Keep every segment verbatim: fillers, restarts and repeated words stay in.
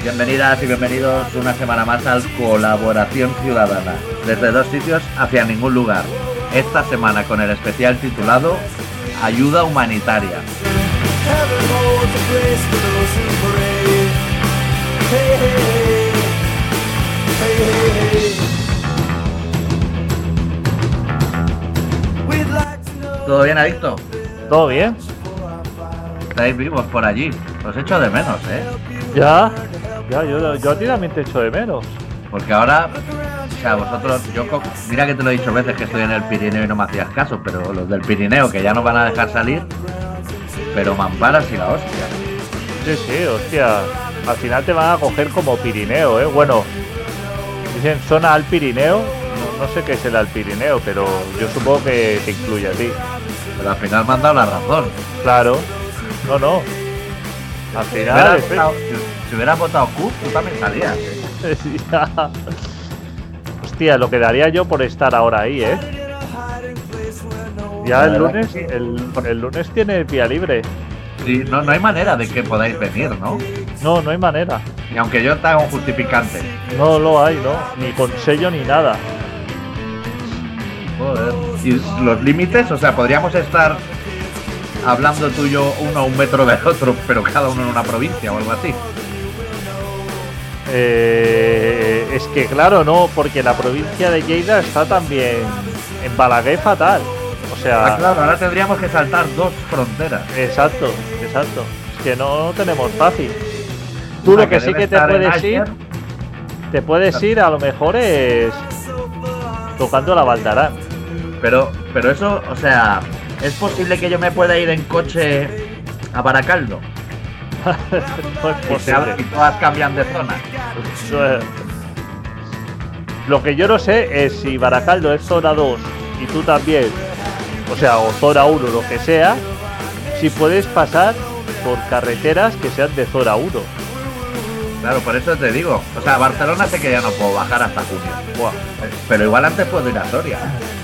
Bienvenidas y bienvenidos una semana más al Colaboración Ciudadana, desde dos sitios hacia ningún lugar. Esta semana con el especial titulado Ayuda Humanitaria. ¿Todo bien, Adicto? ¿Todo bien? Estáis vivos por allí. Os echo de menos, ¿eh? Ya, ya, yo, yo a ti también te echo de menos. Porque ahora, o sea, vosotros, yo, mira que te lo he dicho veces que estoy en el Pirineo y no me hacías caso, pero los del Pirineo que ya no van a dejar salir, pero mamparas y la hostia. Sí, sí, hostia, al final te van a coger como Pirineo, ¿eh? Bueno, dicen zona al Pirineo, no, no sé qué es el al Pirineo, pero yo supongo que te incluye a ti. Pero al final me han dado la razón. Claro, no, no. Al final... Si hubieras votado, si hubieras votado Q, tú también salías, ¿eh? Sí, ya. Hostia, lo que daría yo por estar ahora ahí, ¿eh? Ya el lunes, el, el lunes tiene vía libre. Sí, no, no hay manera de que podáis venir, ¿no? No, no hay manera. Y aunque yo te haga un justificante. No lo hay, ¿no? Ni con sello ni nada. Joder. ¿Y los límites? O sea, podríamos estar hablando tú y yo uno a un metro del otro, pero cada uno en una provincia o algo así. Eh, es que claro, no, porque la provincia de Lleida está también en Balaguer fatal. O sea, ah, claro, ahora tendríamos que saltar dos fronteras. Exacto, exacto. Es que no tenemos fácil. Tú lo que sí que te puedes ir, te puedes ir a lo mejor es tocando la Valdarán. Pero, pero eso, o sea, ¿es posible que yo me pueda ir en coche a Baracaldo? No es posible. Y todas cambian de zona. Lo que yo no sé es si Baracaldo es zona dos y tú también, o sea, o zona uno, lo que sea, si puedes pasar por carreteras que sean de zona uno. Claro, por eso te digo. O sea, Barcelona sé que ya no puedo bajar hasta junio. Buah. Pero igual antes puedo ir a Soria.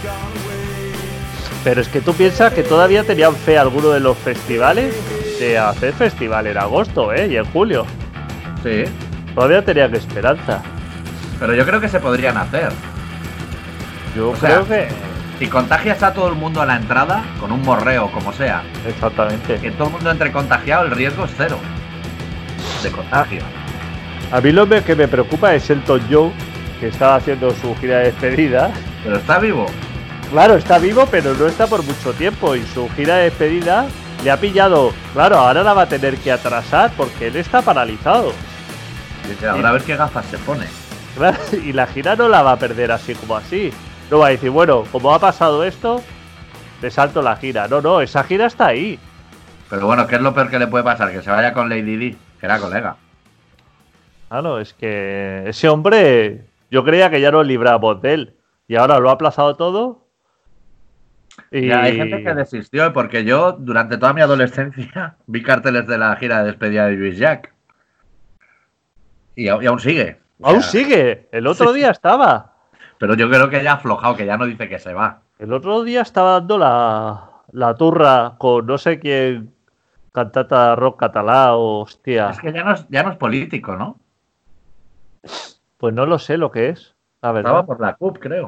Pero es que tú piensas que todavía tenían fe alguno de los festivales de hacer festival en agosto, ¿eh? Y en julio. Sí. Todavía tenían esperanza. Pero yo creo que se podrían hacer. Yo o creo sea, que... Si contagias a todo el mundo a la entrada, con un morreo, como sea. Exactamente. Que todo el mundo entre contagiado, el riesgo es cero. De contagio. A mí lo que me preocupa es Elton John, que estaba haciendo su gira de despedida. Pero está vivo. Claro, está vivo, pero no está por mucho tiempo. Y su gira de despedida le ha pillado. Claro, ahora la va a tener que atrasar porque él está paralizado. Dice, ahora a ver qué gafas se pone. Claro, y la gira no la va a perder así como así. No va a decir, bueno, como ha pasado esto, le salto la gira. No, no, esa gira está ahí. Pero bueno, ¿qué es lo peor que le puede pasar? Que se vaya con Lady Di, que era colega. Ah, no, es que ese hombre, yo creía que ya nos librábamos de él. Y ahora lo ha aplazado todo. Y... Ya, hay gente que desistió, porque yo durante toda mi adolescencia vi carteles de la gira de despedida de Lluís Llach. Y, y aún sigue. O aún sea, sigue. El otro sí. día estaba. Pero yo creo que ya ha aflojado, que ya no dice que se va. El otro día estaba dando la, la turra con no sé quién, cantata rock catalá o hostia. Es que ya no es, ya no es político, ¿no? Pues no lo sé lo que es, la verdad. Estaba por la C U P, creo.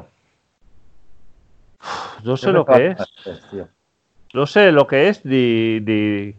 No sé lo que es. No sé lo que es ni... ni...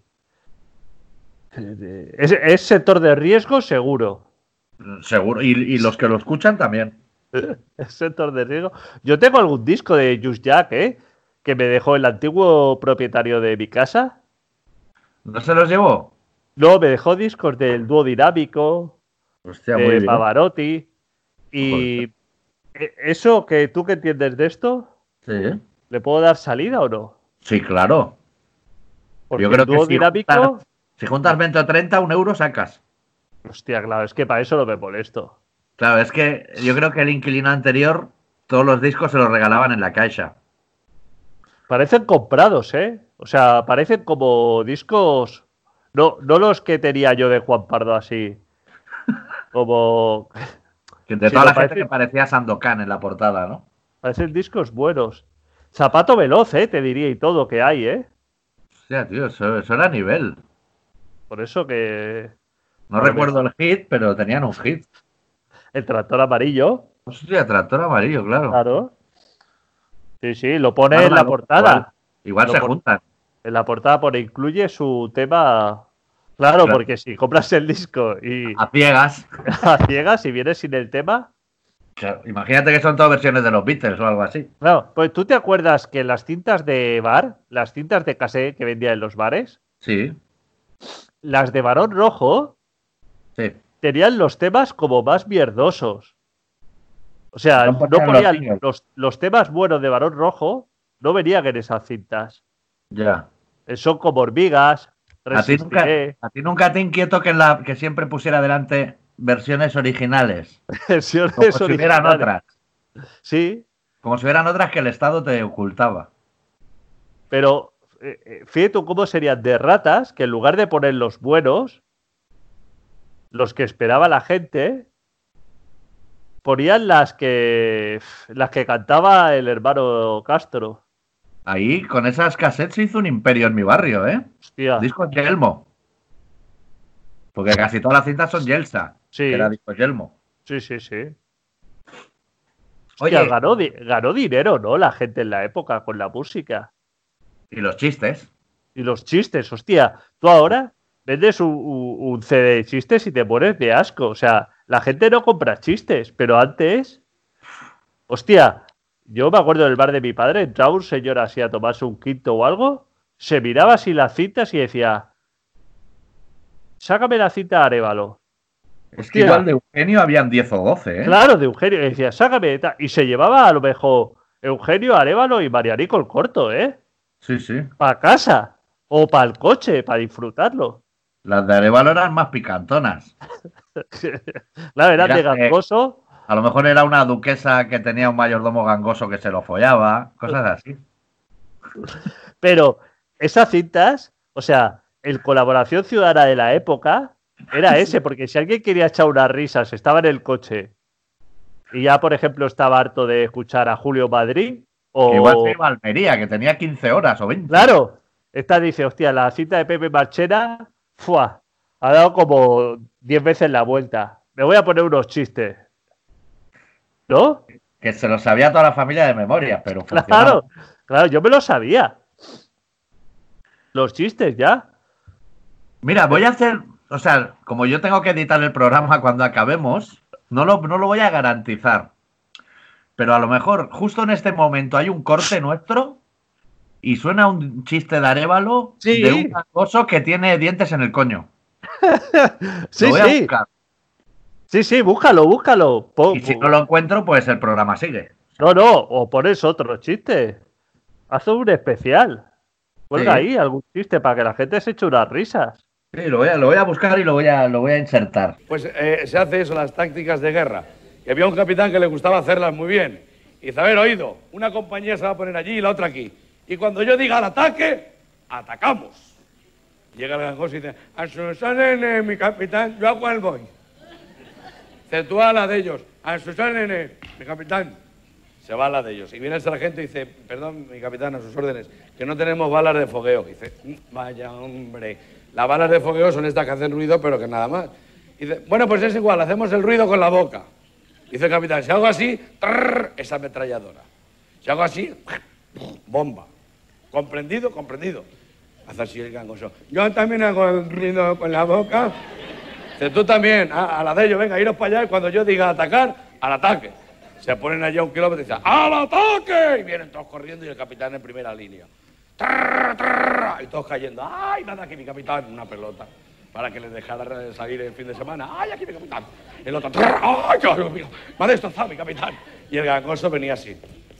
Es, es sector de riesgo seguro. Seguro. Y, y los que lo escuchan también. Es sector de riesgo. Yo tengo algún disco de Lluís Llach, ¿eh? Que me dejó el antiguo propietario de mi casa. ¿No se los llevó? No, me dejó discos del dúo dinámico. Hostia, de muy bien. Pavarotti. Y... Joder. ¿Eso que tú que entiendes de esto? Sí. ¿Le puedo dar salida o no? Sí, claro. Porque yo creo el dúo que si dinámico... juntas, si juntas veinte o treinta, un euro sacas. Hostia, claro, es que para eso no me molesto. Claro, es que yo creo que el inquilino anterior, todos los discos se los regalaban en la caixa. Parecen comprados, ¿eh? O sea, parecen como discos... No, no los que tenía yo de Juan Pardo así. Como... Que de sí, toda la parece... gente que parecía Sandokan en la portada, ¿no? Parecen discos buenos. Zapato veloz, ¿eh? Te diría y todo que hay, ¿eh? Hostia, tío, eso, eso era nivel. Por eso que... No recuerdo el hit, pero tenían un hit. El tractor amarillo. Hostia, tractor amarillo, claro. Claro. Sí, sí, lo pone Guarda, en la lo- portada. Igual, igual Lo se pon- juntan. En la portada pone incluye su tema. Claro, Claro. porque si compras el disco y A ciegas. a ciegas y vienes sin el tema. Claro, imagínate que son todas versiones de los Beatles o algo así. No, pues tú te acuerdas que las cintas de bar, las cintas de cassette que vendían en los bares, Sí, las de Barón Rojo sí. tenían los temas como más mierdosos. O sea, No no ponían los ponían singles. los, los temas buenos de Barón Rojo, no venían en esas cintas. Ya. Son como hormigas, ¿A ti, nunca, resistiré, a ti nunca te inquietó que, en la, que siempre pusiera delante versiones originales? versiones Como si hubieran originales. otras. Sí, Como si hubieran otras que el Estado te ocultaba. pero eh, eh, fíjate tú cómo serían de ratas que en lugar de poner los buenos, los que esperaba la gente, ponían las que las que cantaba el hermano Castro. Ahí, con esas cassettes se hizo un imperio en mi barrio, ¿eh? Hostia, Discos Yelmo. Porque casi todas las cintas son Yelsa. sí, Que era Discos Yelmo. sí, sí, sí. Oye, Hostia, ganó, di- ganó dinero, ¿no? La gente en la época con la música. y los chistes. Y los chistes, hostia. Tú ahora vendes un, un- un C D de chistes y te mueres de asco. O sea, la gente no compra chistes, pero antes. Hostia, yo me acuerdo del bar de mi padre, entraba un señor así a tomarse un quinto o algo, se miraba así las cintas y decía: sácame la cinta Arévalo. Es que Hostia. igual de Eugenio habían diez o doce, ¿eh? Claro, de Eugenio. Y decía, sácame. ta-". Y se llevaba a lo mejor Eugenio, Arévalo y Marianico el corto, ¿eh? Sí, sí. Para casa. O para el coche, para disfrutarlo. Las de Arevalo eran más picantonas. Claro, eran Mira de que- gangoso. A lo mejor era una duquesa que tenía un mayordomo gangoso que se lo follaba. Cosas así. Pero esas cintas, o sea, el colaboración ciudadana de la época era ese, porque si alguien quería echar unas risas, estaba en el coche y ya, por ejemplo, estaba harto de escuchar a Julio Madrid o... Que igual se iba a Almería, que tenía quince horas o veinte. Claro, esta dice, hostia, la cinta de Pepe Marchena, ¡fua! Ha dado como diez veces la vuelta. Me voy a poner unos chistes. ¿No? Que se lo sabía toda la familia de memoria, pero funcionaba. Claro, claro, yo me lo sabía. Los chistes ya. Mira, voy a hacer... O sea, como yo tengo que editar el programa cuando acabemos, no lo, no lo voy a garantizar. Pero a lo mejor justo en este momento hay un corte nuestro y suena un chiste de Arévalo Sí. de un gangoso que tiene dientes en el coño. Sí, Lo voy a sí. buscar. Sí, sí, búscalo, búscalo. Po- Y si po- no lo encuentro, pues el programa sigue. No, no, o pones otro chiste. Haz un especial. Cuelga Sí. ahí algún chiste para que la gente se eche unas risas. Sí, lo voy a, lo voy a buscar y lo voy a, lo voy a insertar. Pues eh, se hace eso, las tácticas de guerra. Y había un capitán que le gustaba hacerlas muy bien. Y dice, a ver, oído, una compañía se va a poner allí y la otra aquí. Y cuando yo diga al ataque, atacamos. Llega el gangoso y dice, a sus órdenes, mi capitán, yo a cuál voy. Dice, tú a la de ellos, a sus órdenes, mi capitán. Se va a la de ellos. Y viene el sargento y dice, perdón, mi capitán, a sus órdenes, que no tenemos balas de fogueo. Y dice, "Mm, vaya hombre, las balas de fogueo son estas que hacen ruido, pero que nada más. Y dice, bueno, pues es igual, hacemos el ruido con la boca. Dice el capitán, si hago así, trrr, es ametralladora. Si hago así, bomba. ¿Comprendido? Comprendido. Hace así el gangoso. Yo también hago el ruido con la boca. Dice, tú también, a, a la de ellos, venga, iros para allá y cuando yo diga atacar, al ataque. Se ponen allá un kilómetro y dicen, ¡al ataque! Y vienen todos corriendo y el capitán en primera línea. Trrr, trrr, y todos cayendo. ¡Ay, nada, aquí mi capitán! Una pelota. Para que les dejara salir el fin de semana. ¡Ay, aquí mi capitán! El otro, trrr, ¡ay, Dios mío! Me ha destrozado mi capitán. Y el gangoso venía así.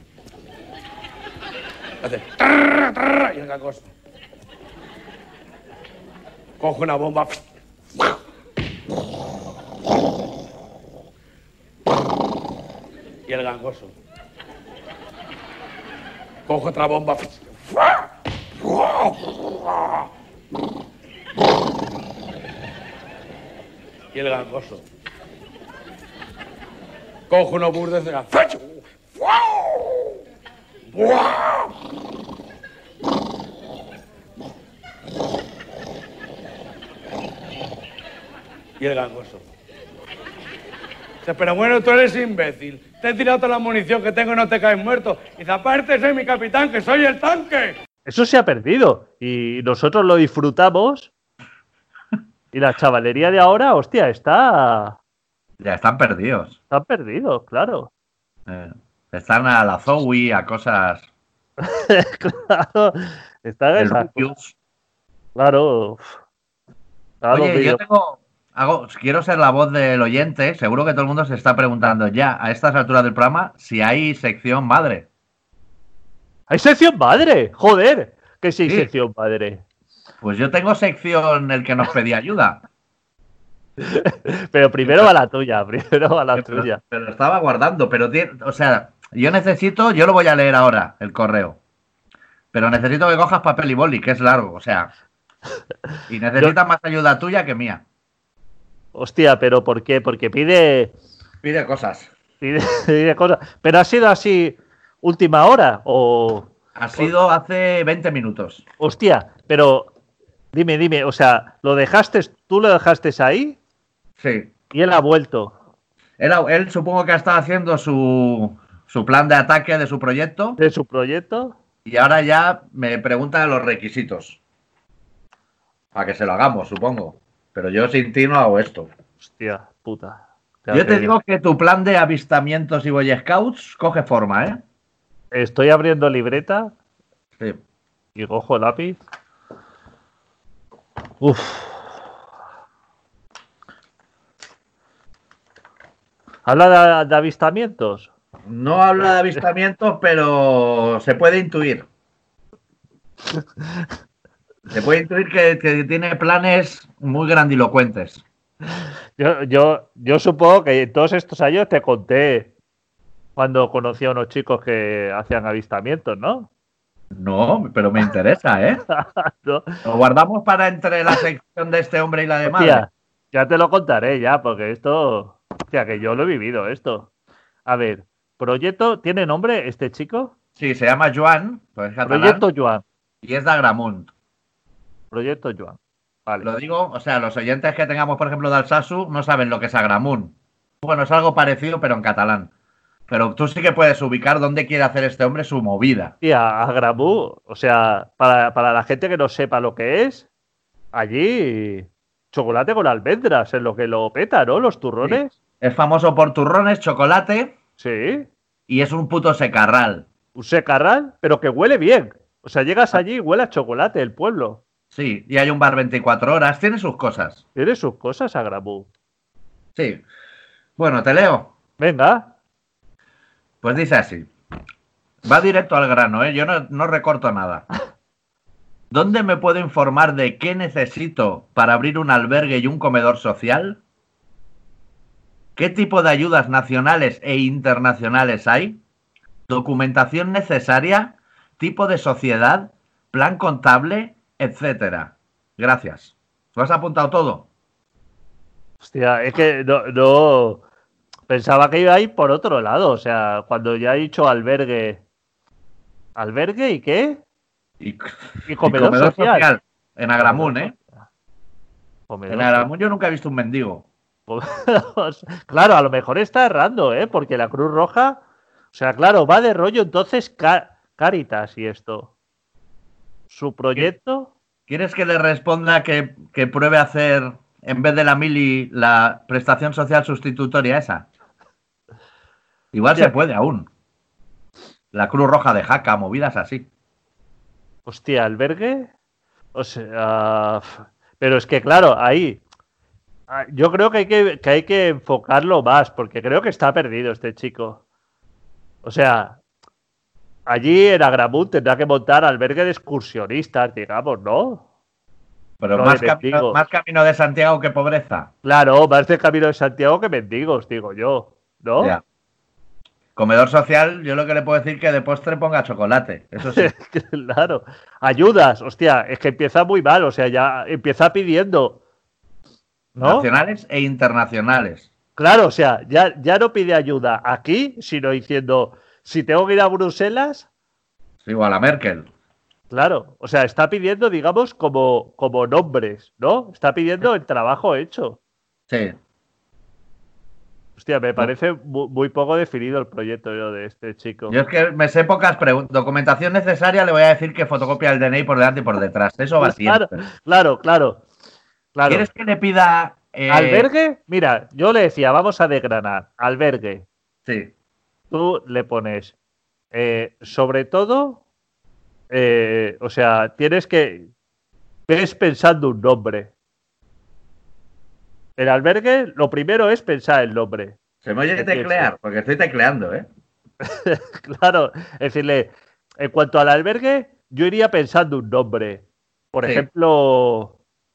Hace, trrr, trrr, y el gangoso coge una bomba. Y el gangoso coge otra bomba. Y el gangoso coge unos burdes de gas. Y el gangoso. Dice, pero bueno, tú eres imbécil. Te he tirado toda la munición que tengo y no te caes muerto. Y dice, aparte soy mi capitán, que soy el tanque. Eso se ha perdido. Y nosotros lo disfrutamos. Y la chavalería de ahora, hostia, está... Ya están perdidos. Están perdidos, claro. Eh, están a la Zoe, a cosas... Claro. Están el esas Rubius. cosas. Claro. Claro, Oye, vídeo. yo tengo... Hago, quiero ser la voz del oyente. Seguro que todo el mundo se está preguntando ya, a estas alturas del programa, si hay sección madre. ¡Hay sección madre! ¡Joder! ¿Qué sí hay Sí. sección madre? Pues yo tengo sección el que nos pedía ayuda. Pero primero va la tuya, primero va la Pero, tuya. pero estaba guardando, pero tiene, o sea, yo necesito, yo lo voy a leer ahora, el correo. Pero necesito que cojas papel y boli, que es largo, o sea. Y necesitas más ayuda tuya que mía. Hostia, ¿pero por qué? Porque pide, Pide cosas. pide, pide cosas. ¿Pero ha sido así última hora? O... Ha sido hace veinte minutos. Hostia, pero dime, dime, o sea, ¿lo dejaste, tú lo dejaste ahí? Sí. Y él ha vuelto Él, él supongo que ha estado haciendo su, su plan de ataque de su proyecto de su proyecto. y ahora ya me pregunta los requisitos. Para que se lo hagamos, supongo. Pero yo sin ti no hago esto. Hostia, puta. Yo te digo que tu plan de avistamientos y Boy Scouts coge forma, ¿eh? Estoy abriendo libreta Sí. y cojo el lápiz. Uf. ¿Habla de, de avistamientos? No habla de avistamientos, pero se puede intuir. Se puede intuir que, que tiene planes muy grandilocuentes. Yo, yo, yo supongo que en todos estos años te conté cuando conocí a unos chicos que hacían avistamientos, ¿no? No, pero me interesa, ¿eh? ¿No? Lo guardamos para entre la sección de este hombre y la de madre. Hostia, ya te lo contaré ya, porque esto... Hostia, que yo lo he vivido esto. A ver, proyecto... ¿Tiene nombre este chico? Sí, se llama Joan, pues es catalán, Proyecto Joan. y es de Agramunt. Proyecto Joan. Vale. Lo digo, o sea, los oyentes que tengamos, por ejemplo, de Alsasu, no saben lo que es Agramunt. Bueno, es algo parecido, pero en catalán. Pero tú sí que puedes ubicar dónde quiere hacer este hombre su movida. Tía, Agramú, o sea, para, para la gente que no sepa lo que es, allí chocolate con almendras es lo que lo peta, ¿no? Los turrones. Es famoso por turrones, chocolate Sí. y es un puto secarral. Un secarral, pero que huele bien. O sea, llegas allí y huele a chocolate el pueblo. Sí, y hay un bar veinticuatro horas, tiene sus cosas. Tiene sus cosas, Agramú. Sí. Bueno, te leo. Venga. Pues dice así. Va directo al grano, ¿eh? Yo no, no recorto nada. ¿Dónde me puedo informar de qué necesito para abrir un albergue y un comedor social? ¿Qué tipo de ayudas nacionales e internacionales hay? ¿Documentación necesaria? ¿Tipo de sociedad? ¿Plan contable? Etcétera. Gracias. ¿Lo has apuntado todo? Hostia, es que no, no... Pensaba que iba a ir por otro lado. O sea, cuando ya he dicho albergue... ¿Albergue y qué? Y, Y comedor, y social. En Agramunt, ¿eh? Comedor En Agramunt yo nunca he visto un mendigo. Claro, a lo mejor está errando, ¿eh? Porque la Cruz Roja... O sea, claro, va de rollo entonces Ca- Cáritas y esto. Su proyecto... ¿Quieres que le responda que, que pruebe a hacer, en vez de la mili, la prestación social sustitutoria esa? Igual Hostia. se puede aún. La Cruz Roja de Jaca, movidas así. Hostia, albergue. O sea, pero es que claro, ahí yo creo que hay que, que hay que enfocarlo más, porque creo que está perdido este chico. O sea, allí en Agramunt tendrá que montar albergue de excursionistas, digamos, ¿no? Pero No, más, de camino, mendigos. más camino de Santiago que pobreza. Claro, más de Camino de Santiago que mendigos, digo yo, ¿no? Ya. Comedor social, yo lo que le puedo decir que de postre ponga chocolate. Eso sí. Claro. Ayudas, hostia, es que empieza muy mal, o sea, ya empieza pidiendo, ¿no? Nacionales e internacionales. Claro, o sea, ya, ya no pide ayuda aquí, sino diciendo, si tengo que ir a Bruselas, Sí, o a la Merkel. claro, o sea, está pidiendo, digamos, como, como nombres, ¿no? Está pidiendo el trabajo hecho. Sí. Hostia, me parece muy, muy poco definido el proyecto yo de este chico. Yo es que me sé pocas preguntas. Documentación necesaria, le voy a decir que fotocopia el D N I por delante y por detrás. Eso va Claro, siempre. claro, claro. claro. ¿Quieres que le pida... Eh... ¿Albergue? Mira, yo le decía, vamos a desgranar. Albergue. Sí. Tú le pones, eh, sobre todo, eh, o sea, tienes que... Ves pensando un nombre. El albergue, lo primero es pensar el nombre. Se me oye teclear, porque estoy tecleando, ¿eh? Claro, es decirle, en cuanto al albergue, yo iría pensando un nombre. Por Sí. ejemplo,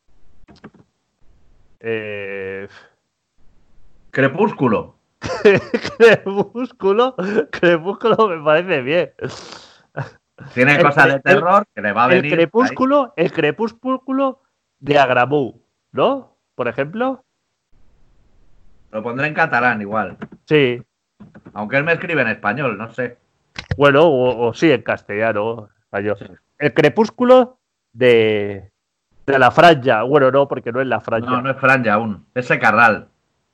eh... Crepúsculo. Crepúsculo, Crepúsculo me parece bien. Tiene El cosas cre- de terror que le va a El venir. crepúsculo, el crepúsculo de Agramú, ¿no? Por ejemplo. Lo pondré en catalán igual. Sí. Aunque él me escribe en español, no sé. Bueno, o, o sí, en castellano. español. Sí. El crepúsculo de, de la franja. Bueno, no, porque no es la franja. No, no es franja aún. Es secarral.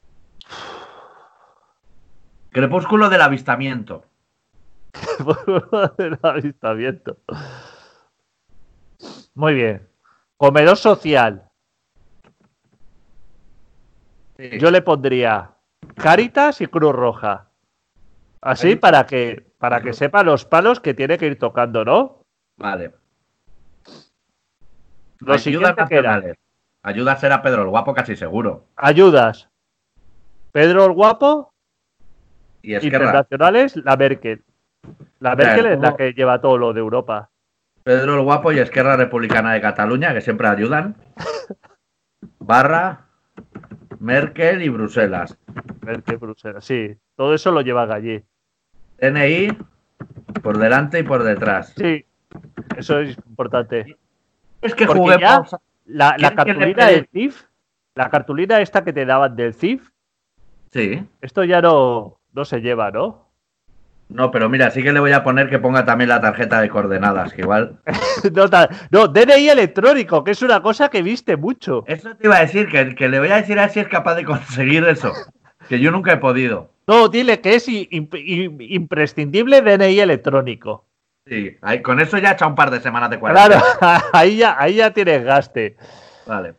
Crepúsculo del avistamiento. Del avistamiento. Muy bien. Comedor social. Sí. Yo le pondría Cáritas y Cruz Roja. Así Cáritas. para que para que sepa los palos que tiene que ir tocando, ¿no? Vale. Lo Ayudas siguiente que era nacionales. Ayudas será Pedro el Guapo, casi seguro. ayudas. Pedro el Guapo, Y Esquerra. internacionales, la Merkel. La Merkel Claro. es la que lleva todo lo de Europa. Pedro el Guapo y Esquerra Republicana de Cataluña, que siempre ayudan. Barra, Merkel y Bruselas. Merkel, Bruselas, sí. Todo eso lo llevan allí. D N I por delante y por detrás. Sí, eso es importante. Es que Porque juguemos. ya la, la ¿Quieres que le cartulina pegue? del C I F, la cartulina esta que te daban del C I F, Sí. esto ya no, no se lleva, ¿no? No, pero mira, sí que le voy a poner que ponga también la tarjeta de coordenadas, que igual. no, ta- no, D N I electrónico, que es una cosa que viste mucho. Eso te iba a decir, que, que le voy a decir a ver si es capaz de conseguir eso. Que yo nunca he podido. No, dile que es i- imp- im- imprescindible D N I electrónico. Sí, ahí, con eso ya he echado un par de semanas de cuarentena. Claro, ahí ya, ahí ya tienes gaste. Vale.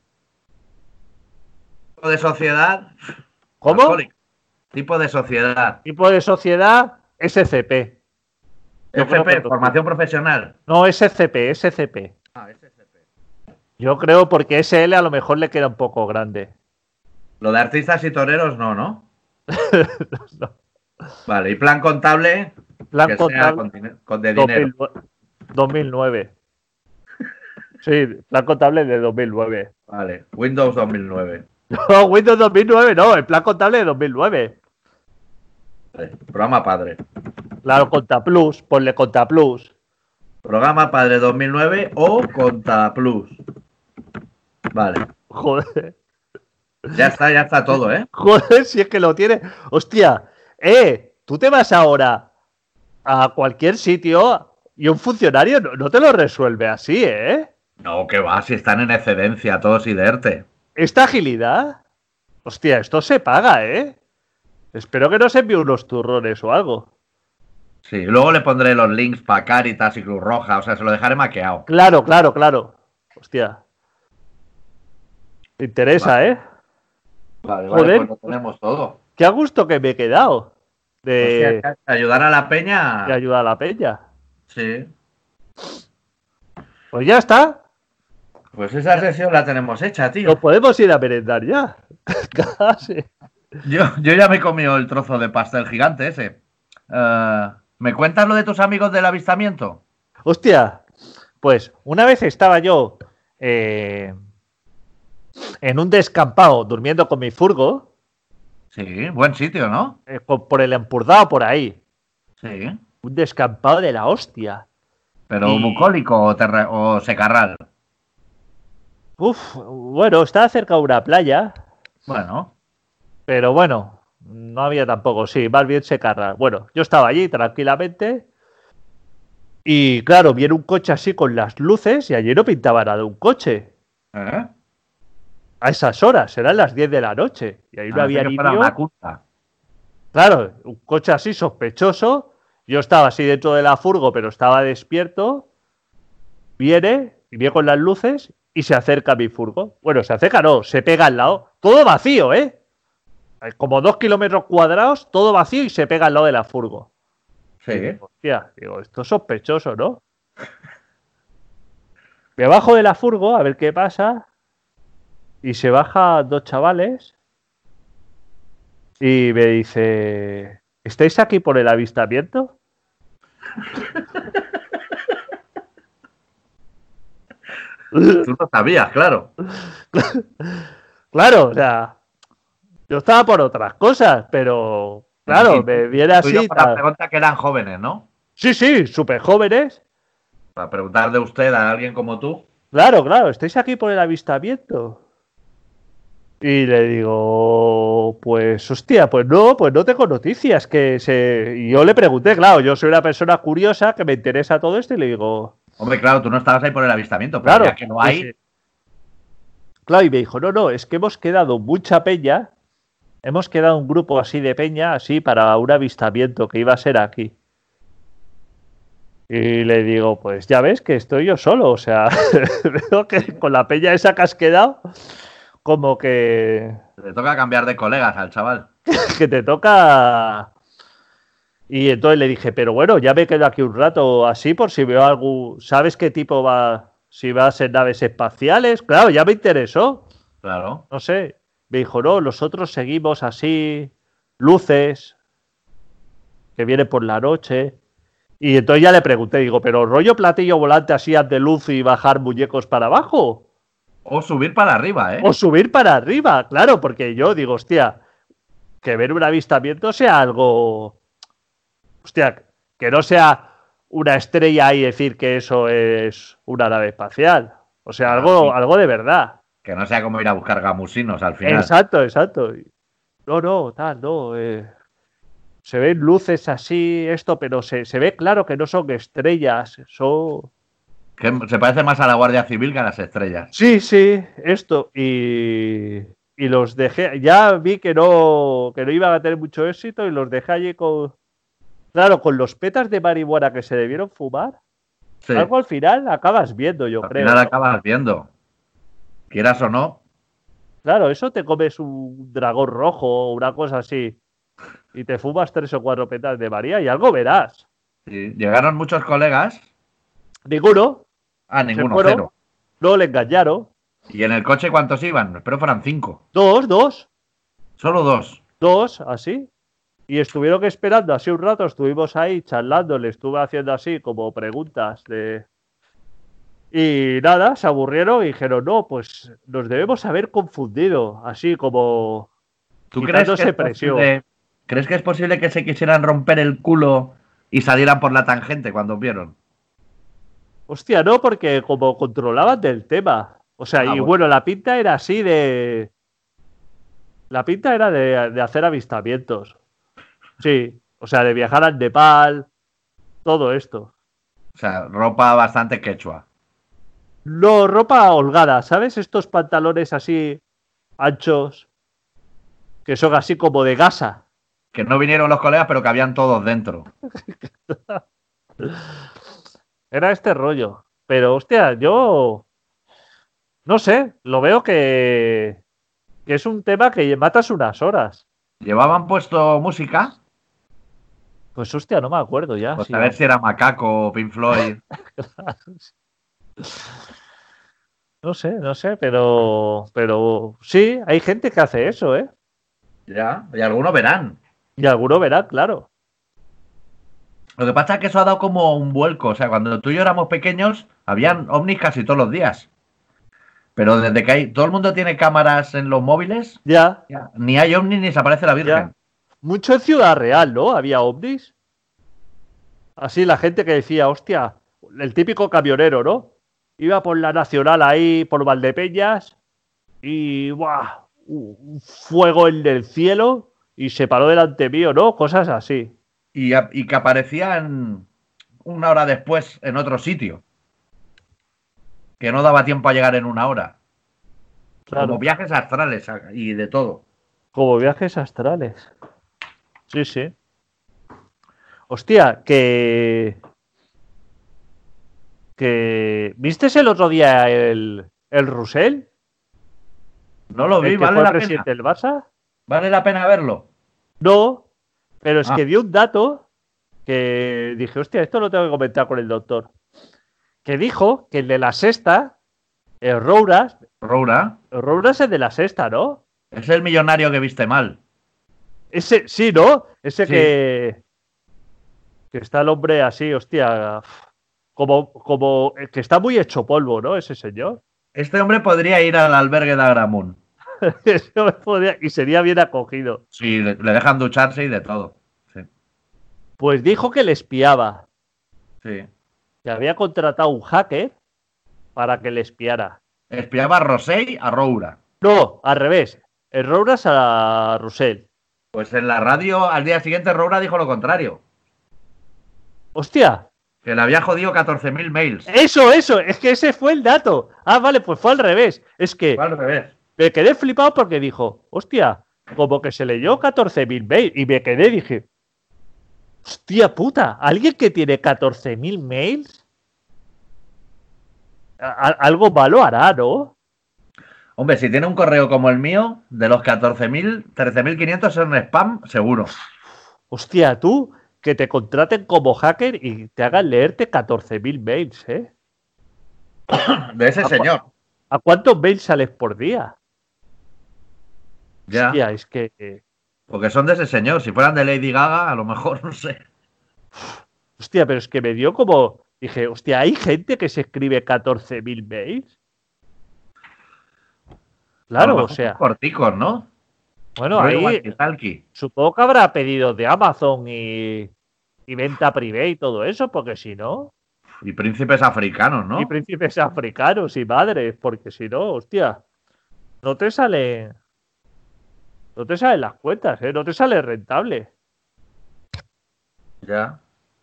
Tipo de sociedad. ¿Cómo? alcohólica. Tipo de sociedad. Tipo de sociedad, S C P. Yo creo F P, que- formación profesional. No, S C P, S C P. Ah, S C P. Yo creo porque S L a lo mejor le queda un poco grande. Lo de artistas y toreros no, ¿no? No. Vale, y plan contable. Plan que sea contable, con, dine- con de dinero. dos mil nueve. dos mil nueve. Sí, plan contable de dos mil nueve. Vale, Windows dos mil nueve. No, Windows dos mil nueve no, el plan contable de dos mil nueve. Vale, programa padre. Claro, ContaPlus, ponle ContaPlus. Programa padre dos mil nueve o ContaPlus. Vale, Joder, ya está, ya está todo, ¿eh? joder, si es que lo tiene. Hostia, eh, tú te vas ahora a cualquier sitio y un funcionario no, no te lo resuelve así, ¿eh? No, que va, si están en excedencia todos y de ERTE. Esta agilidad. Hostia, esto se paga, ¿eh? Espero que nos envíe unos turrones o algo. Sí, luego le pondré los links para Caritas y Cruz Roja, o sea, se lo dejaré maqueado. Claro, claro, claro. Hostia. Me interesa, Vale. ¿eh? Vale, Joder. vale, pues lo tenemos todo. Qué a gusto que me he quedado de, Hostia, ayudar a la peña. de ayudar a la peña. Sí. Pues ya está. Pues esa sesión la tenemos hecha, tío. Nos podemos ir a merendar ya. Casi. Yo, yo ya me he comido el trozo de pastel gigante ese. Eh, ¿Me cuentas lo de tus amigos del avistamiento? Hostia, pues una vez estaba yo eh, en un descampado durmiendo con mi furgo Sí, buen sitio, ¿no? eh, por por el Empurdao por ahí. Sí. Un descampado de la hostia. Pero Y- bucólico o, terra- o secarral. Uf, bueno, estaba cerca de una playa, Bueno, pero bueno, no había tampoco, sí, más bien secarra. Bueno, yo estaba allí tranquilamente y claro, viene un coche así con las luces y allí no pintaba nada de un coche. ¿eh? a esas horas, eran las diez de la noche. Y ahí no A había que ni fuera una culta. Claro, un coche así sospechoso. Yo estaba así dentro de la furgo, pero estaba despierto. Viene, y viene con las luces y se acerca a mi furgo. Bueno, se acerca, no, se pega al lado. Todo vacío, ¿eh? Como dos kilómetros cuadrados, todo vacío y se pega al lado de la furgo. Sí. Y digo, hostia, digo, esto es sospechoso, ¿no? Me bajo de la furgo a ver qué pasa. Y se bajan dos chavales. Y me dice, ¿estáis aquí por el avistamiento? Tú lo sabías, claro. Claro, o sea, yo estaba por otras cosas, pero claro, Sí, me viene tú y yo así. por la Tal. pregunta que eran jóvenes, ¿no? Sí, sí, súper jóvenes. Para preguntarle usted a alguien como tú. Claro, claro, ¿estáis aquí por el avistamiento? Y le digo, pues hostia, pues no, pues no tengo noticias. Que se... Y yo le pregunté, claro, yo soy una persona curiosa que me interesa todo esto y le digo... Hombre, claro, tú no estabas ahí por el avistamiento, pero Claro, ya que no hay... sí, sí. Claro, y me dijo, no, no, es que hemos quedado mucha peña, hemos quedado un grupo así de peña, así para un avistamiento que iba a ser aquí. Y le digo, pues ya ves que estoy yo solo, o sea, veo que con la peña esa que has quedado, como que, Te toca cambiar de colegas al chaval. que te toca... Y entonces le dije, pero bueno, ya me quedo aquí un rato así por si veo algo, ¿sabes qué tipo va? Si va a ser naves espaciales, claro, ya me interesó. Claro. No sé. Me dijo, no, nosotros seguimos así, luces, que vienen por la noche. Y entonces ya le pregunté, digo, pero rollo platillo volante así haz de luz y bajar muñecos para abajo. O subir para arriba, ¿eh? O subir para arriba, claro, porque yo digo, hostia, que ver un avistamiento sea algo... Hostia, que no sea una estrella y decir que eso es una nave espacial. O sea, Claro, algo, sí. algo de verdad. Que no sea como ir a buscar gamusinos al final. Exacto, exacto. No, no, tal, no. Eh, se ven luces así, esto, pero se, se ve claro que no son estrellas, son... Que se parece más a la Guardia Civil que a las estrellas. Sí, sí, esto. Y, y los dejé, ya vi que no, que no iban a tener mucho éxito y los dejé allí con... Claro, con los petas de marihuana que se debieron fumar, Sí. algo al final acabas viendo, yo Al creo. final ¿no? acabas viendo. Quieras o no. Claro, eso te comes un dragón rojo o una cosa así y te fumas tres o cuatro petas de María y algo verás. Sí. Llegaron muchos colegas. Ninguno, Ah, se ninguno, fueron, cero. no le engañaron. ¿Y en el coche cuántos iban? Espero fueran cinco. Dos, dos, Solo dos. dos, así. Y estuvieron esperando así un rato, estuvimos ahí charlando, le estuve haciendo así como preguntas de... Y nada, se aburrieron y dijeron, no, pues nos debemos haber confundido, así como ¿Tú crees que, quitándose es presión. posible, crees que es posible que se quisieran romper el culo y salieran por la tangente cuando vieron? Hostia, no, porque como controlaban del tema. O sea, Ah, y bueno. bueno, la pinta era así de... La pinta era de, de hacer avistamientos. Sí, o sea, de viajar al Nepal, todo esto. O sea, ropa bastante quechua. No, ropa holgada, ¿sabes? Estos pantalones así anchos, que son así como de gasa. Que no vinieron los colegas, pero que habían todos dentro. Era este rollo. Pero, hostia, yo... No sé, lo veo que... que es un tema que matas unas horas. ¿Llevaban puesto música? Pues, hostia, no me acuerdo ya. Pues si a ver va- si era Macaco o Pink Floyd. No sé, no sé, pero... Pero sí, hay gente que hace eso, ¿eh? Ya, y algunos verán. Y alguno verá, claro. Lo que pasa es que eso ha dado como un vuelco. O sea, cuando tú y yo éramos pequeños, habían ovnis casi todos los días. Pero desde que hay, todo el mundo tiene cámaras en los móviles, Ya, ya, ni hay ovnis ni se aparece la Virgen. ya. Mucho en Ciudad Real, ¿no? Había ovnis. Así la gente que decía, hostia, el típico camionero, ¿no? Iba por la Nacional ahí, por Valdepeñas, y ¡buah! Un fuego en el cielo y se paró delante mío, ¿no? Cosas así. Y, a- y que aparecían una hora después en otro sitio. Que no daba tiempo a llegar en una hora. Claro. Como viajes astrales y de todo. Como viajes astrales. Sí, sí. Hostia, que... que... ¿Viste el otro día el, el Russell? No lo vi, ¿El que vale fue la presidente pena. del Barça? ¿Vale la pena verlo? No, pero es Ah. que vi un dato que dije, hostia, esto lo tengo que comentar con el doctor. Que dijo que el de la sexta, el Rouras, Roura. el Rouras es el de la sexta, ¿no? Es el millonario que viste mal. Ese, sí, ¿no? Ese Sí. que... que está el hombre así, hostia, como, como que está muy hecho polvo, ¿no? Ese señor. Este hombre podría ir al albergue de Agramunt. Eso me podría- y sería bien acogido. Sí, le, le dejan ducharse y de todo. Sí, Pues dijo que le espiaba, sí. que había contratado un hacker para que le espiara. Espiaba a Rosell a Roura. No, al revés. El Rouras a Russell. Pues en la radio al día siguiente Roura dijo lo contrario. Hostia, Que le había jodido catorce mil mails. eso, eso, es que ese fue el dato. Ah, vale, pues fue al revés. Es que Fue al revés. me quedé flipado porque dijo, hostia, como que se leyó catorce mil mails. Y me quedé, dije, hostia puta, ¿alguien que tiene catorce mil mails? A- a- algo malo hará, ¿no? Hombre, si tiene un correo como el mío, de los catorce mil, trece mil quinientos son spam, seguro. Hostia, tú, que te contraten como hacker y te hagan leerte catorce mil mails, ¿eh? De ese Ah, señor. ¿A cuántos mails sales por día? Ya. Hostia, es que... eh, Porque son de ese señor. Si fueran de Lady Gaga, a lo mejor, no sé. hostia, pero es que me dio como... Dije, hostia, ¿hay gente que se escribe catorce mil mails? A Claro, lo o mejor sea, son corticos, ¿no? bueno, Rollo ahí walkie-talkie. supongo que habrá pedidos de Amazon y, y venta privé y todo eso, porque si no... Y príncipes africanos, ¿no? Y príncipes africanos y madres, porque si no, hostia, no te sale... No te salen las cuentas, ¿eh? No te sale rentable. Ya.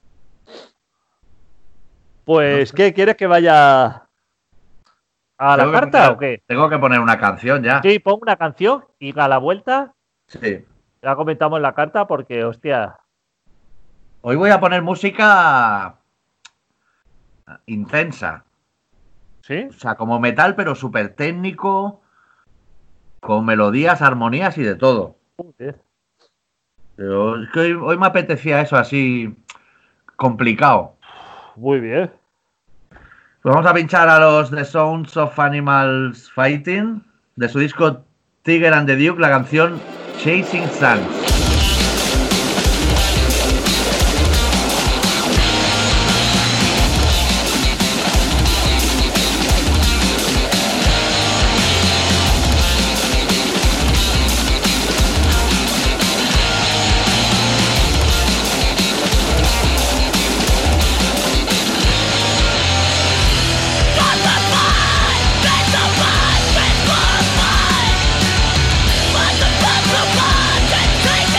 Pues, No sé. ¿qué? ¿Quieres que vaya a la Tengo que carta poner- o qué? Tengo que poner una canción ya. Sí, pon una canción y a la vuelta Sí. la comentamos en la carta porque, hostia, Hoy voy a poner música intensa. ¿sí? O sea, como metal, pero súper técnico, con melodías, armonías y de todo. Joder. Pero es que hoy, hoy me apetecía eso así complicado. Muy bien. Pues vamos a pinchar a los The Sounds of Animals Fighting, de su disco Tiger and the Duke, la canción Chasing Suns. Take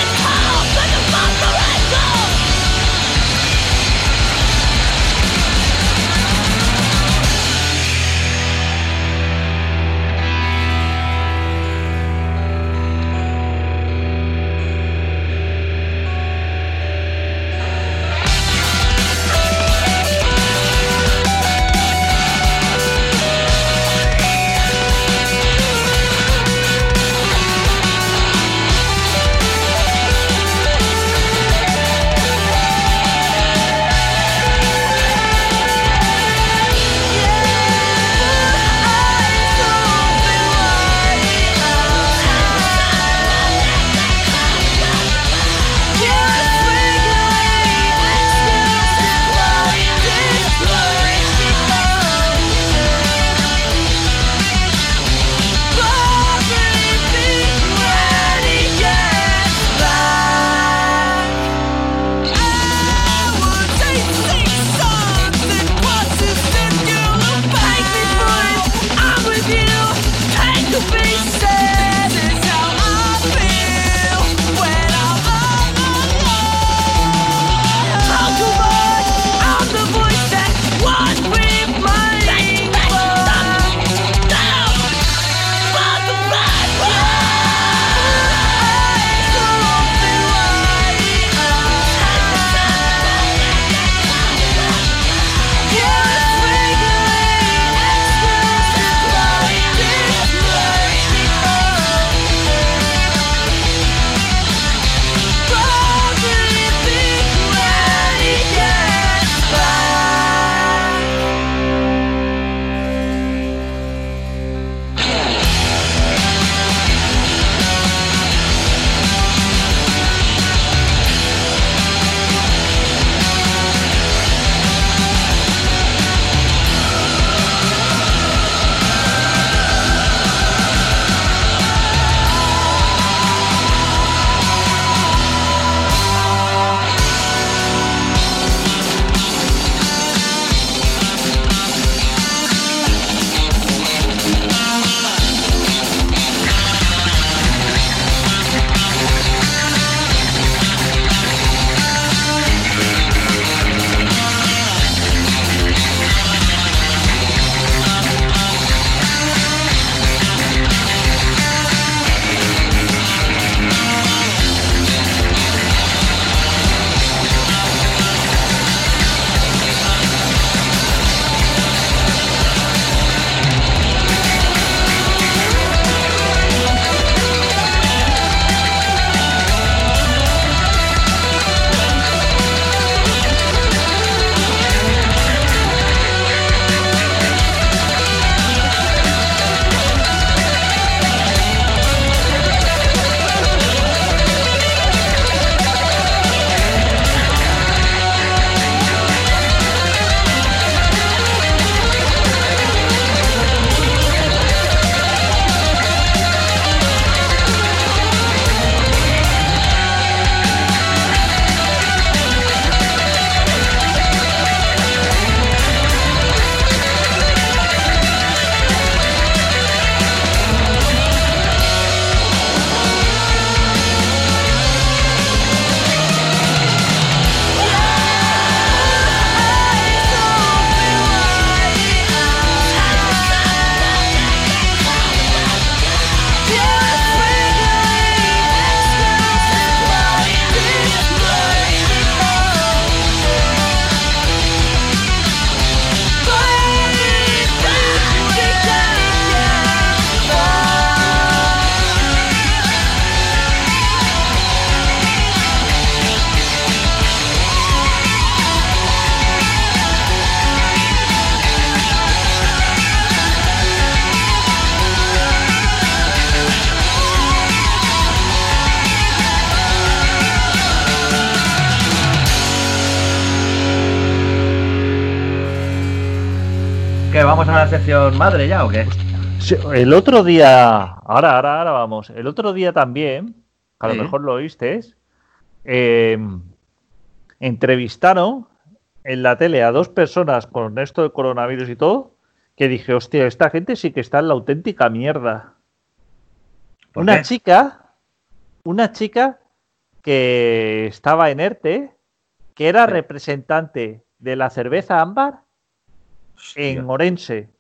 ¿Qué, vamos a la sección madre ya o qué? Sí, el otro día, ahora, ahora, ahora vamos. El otro día también, a Sí. lo mejor lo oíste, eh, entrevistaron en la tele a dos personas con esto de coronavirus y todo, que dije, hostia, esta gente sí que está en la auténtica mierda. ¿Por Una qué? chica, una chica que estaba en ERTE, que era Sí. representante de la cerveza Ámbar Hostia, en Orense.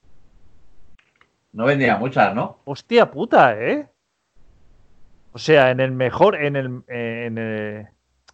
no vendía muchas, ¿no? Hostia puta, ¿eh? O sea, en el mejor, en el, en el,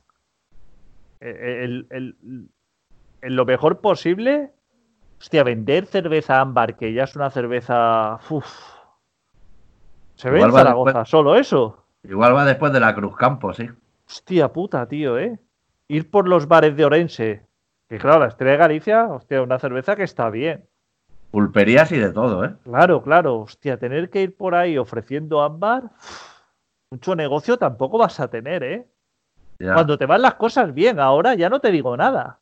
el- el- en lo mejor posible, hostia, vender cerveza Ámbar, que ya es una cerveza, uf, se ve Igual en va Zaragoza, después- solo eso. Igual va después de la Cruz Campo, sí. Hostia puta, tío, ¿eh? Ir por los bares de Orense, que claro, la Estrella de Galicia, hostia, una cerveza que está bien. Pulperías y de todo, ¿eh? Claro, claro, hostia, tener que ir por ahí ofreciendo ámbar, mucho negocio tampoco vas a tener, ¿eh? Ya, Cuando te van las cosas bien, ahora ya no te digo nada.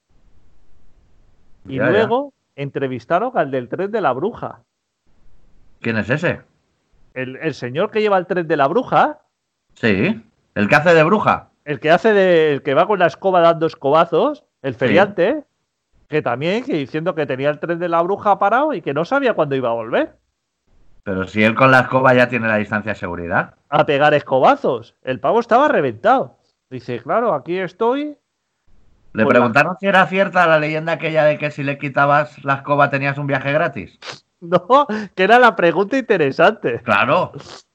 Y ya, ya. luego entrevistaron al del tren de la Bruja. ¿Quién es ese? El, el señor que lleva el tren de la Bruja, Sí, el que hace de bruja. el que hace de, el que va con la escoba dando escobazos, el feriante, que también que diciendo que tenía el tren de la Bruja parado y que no sabía cuándo iba a volver Pero si él con la escoba ya tiene la distancia de seguridad. a pegar escobazos. El pavo estaba reventado. Dice, claro, aquí estoy. Le Pues preguntaron si era cierta la leyenda aquella de que si le quitabas la escoba tenías un viaje gratis. No, que era la pregunta interesante. Claro.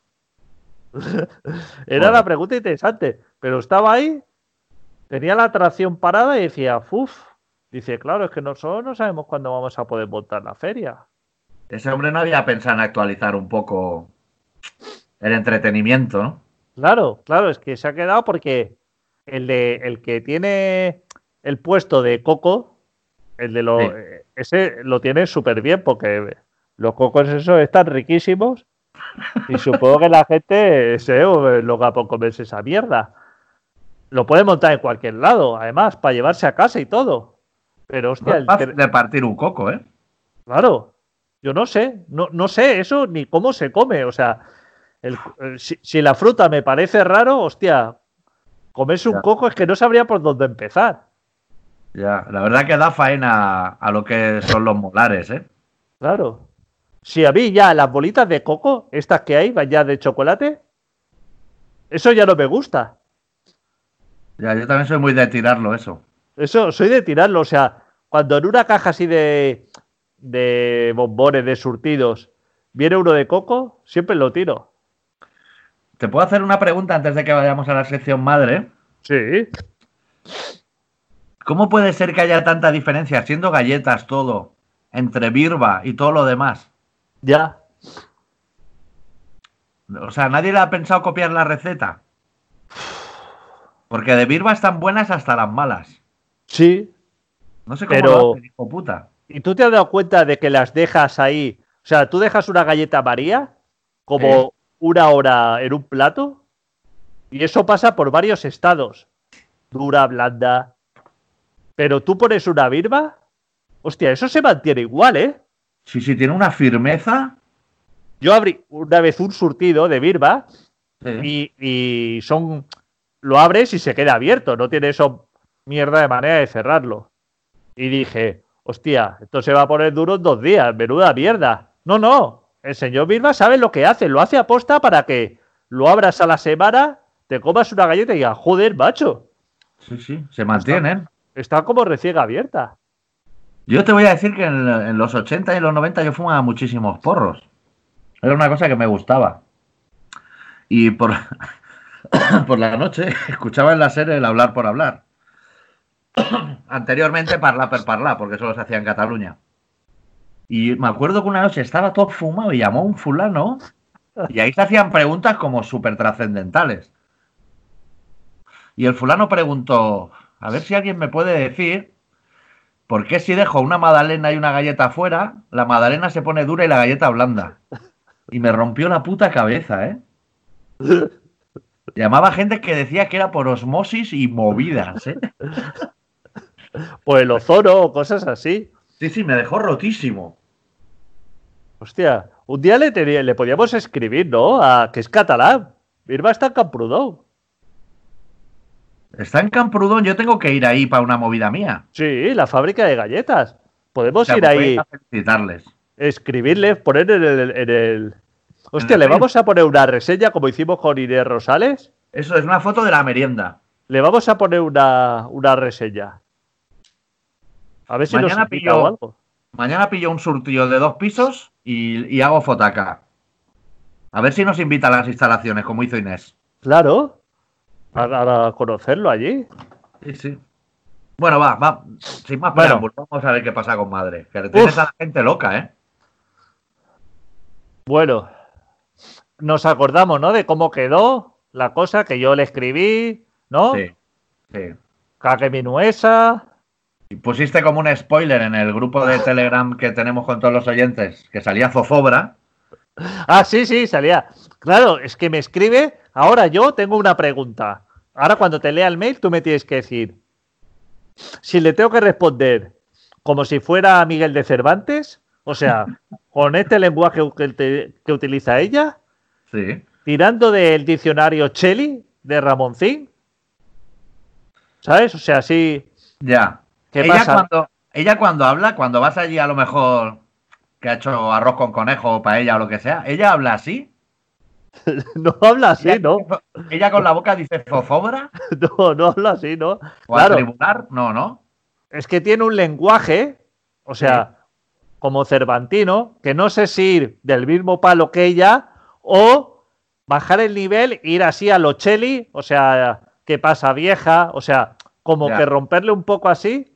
Era Joder. la pregunta interesante. Pero estaba ahí, tenía la atracción parada y decía, uff. Dice, claro, es que nosotros no sabemos cuándo vamos a poder montar la feria. Ese hombre no había pensado en actualizar un poco el entretenimiento, ¿no? Claro, claro, es que se ha quedado porque el de el que tiene el puesto de coco, el de los Sí. eh, ese lo tiene súper bien porque los cocos esos están riquísimos y supongo que la gente se loca por comerse esa mierda. Lo puede montar en cualquier lado, además, para llevarse a casa y todo. Pero No hostia, es el fácil ter- de partir un coco, ¿eh? claro, yo no sé, no, no sé eso ni cómo se come. O sea, el- el- si, si la fruta me parece raro, hostia, comerse un Ya. coco es que no sabría por dónde empezar. Ya, la verdad que da faena a lo que son los molares, ¿eh? Claro. Si a mí ya las bolitas de coco, estas que hay, van ya de chocolate, eso ya no me gusta. Ya, yo también soy muy de tirarlo, eso. Eso, soy de tirarlo. O sea, cuando en una caja así de, de bombones, de surtidos, viene uno de coco, siempre lo tiro. ¿Te puedo hacer una pregunta antes de que vayamos a la sección madre? Sí. ¿Cómo puede ser que haya tanta diferencia, siendo galletas todo, entre birba y todo lo demás? Ya. O sea, nadie le ha pensado copiar la receta. Porque de birba están buenas hasta las malas. Sí. No sé cómo Pero- lo hacen, hijo puta. ¿Y tú te has dado cuenta de que las dejas ahí? O sea, tú dejas una galleta María como Sí. una hora en un plato y eso pasa por varios estados. Dura, blanda. Pero tú pones una birba, hostia, eso se mantiene igual, ¿eh? Sí, sí, tiene una firmeza. Yo abrí una vez un surtido de birba Sí. y, y son... Lo abres y se queda abierto, no tiene eso mierda de manera de cerrarlo. Y dije, hostia, esto se va a poner duro en dos días, menuda mierda. No, no, el señor Birba sabe lo que hace, lo hace aposta para que lo abras a la semana, te comas una galleta y digas, joder, macho, Sí, sí, se mantienen. está como recién abierta. Yo te voy a decir que en, en los ochenta y en los noventa yo fumaba muchísimos porros. Era una cosa que me gustaba. Y por, por la noche escuchaba en la serie el hablar por hablar. Anteriormente parla per parlar, porque solo se hacía en Cataluña. Y me acuerdo que una noche estaba todo fumado y llamó un fulano y ahí se hacían preguntas como súper trascendentales. Y el fulano preguntó, a ver si alguien me puede decir por qué si dejo una magdalena y una galleta afuera, la magdalena se pone dura y la galleta blanda. Y me rompió la puta cabeza, ¿eh? Llamaba gente que decía que era por osmosis y movidas, ¿eh? Pues el ozono o cosas así. Sí, sí, me dejó rotísimo. Hostia, un día le, tenía, le podíamos escribir, ¿no? A, que es catalán. Irma está en Camprodón. Está en Camprodón, yo tengo que ir ahí para una movida mía. Sí, la fábrica de galletas. Podemos O sea, ir pues ahí, voy a ir a felicitarles. escribirle, poner en el... En el... Hostia, En le el vamos a poner una reseña como hicimos con Inés Rosales. Eso es una foto de la merienda. Le vamos a poner una, una reseña. A ver si Mañana nos invita pillo- o algo. Mañana pillo un surtido de dos pisos y, y hago fotaca. A ver si nos invita a las instalaciones, como hizo Inés. Claro. A, a conocerlo allí. Sí, sí. Bueno, va, va. Sin más Bueno. preámbulos, vamos a ver qué pasa con madre. Que tienes Uf. a la gente loca, ¿eh? Bueno, nos acordamos, ¿no? De cómo quedó la cosa que yo le escribí, ¿no? Sí, sí. Cague mi nuesa. Y pusiste como un spoiler en el grupo de Telegram que tenemos con todos los oyentes, que salía Zozobra. Ah, sí, sí, salía. Claro, es que me escribe. Ahora yo tengo una pregunta. Ahora cuando te lea el mail, tú me tienes que decir si le tengo que responder como si fuera Miguel de Cervantes, o sea, con este lenguaje que, te- que utiliza ella, Sí. tirando del diccionario Cheli de Ramoncín, ¿sabes? O sea, sí. Ya. ¿Qué ella pasa? cuando ella cuando habla, cuando vas allí a lo mejor que ha hecho arroz con conejo o paella o lo que sea, ella habla así. No habla así, ella, ¿no? ella con la boca dice zozobra No, no habla así, ¿no? o al Claro, tribunar, no, no. es que tiene un lenguaje, o sea, como cervantino, que no sé si ir del mismo palo que ella o bajar el nivel e ir así a lo Cheli, o sea, ¿qué pasa, vieja? O sea, como Ya. que romperle un poco así.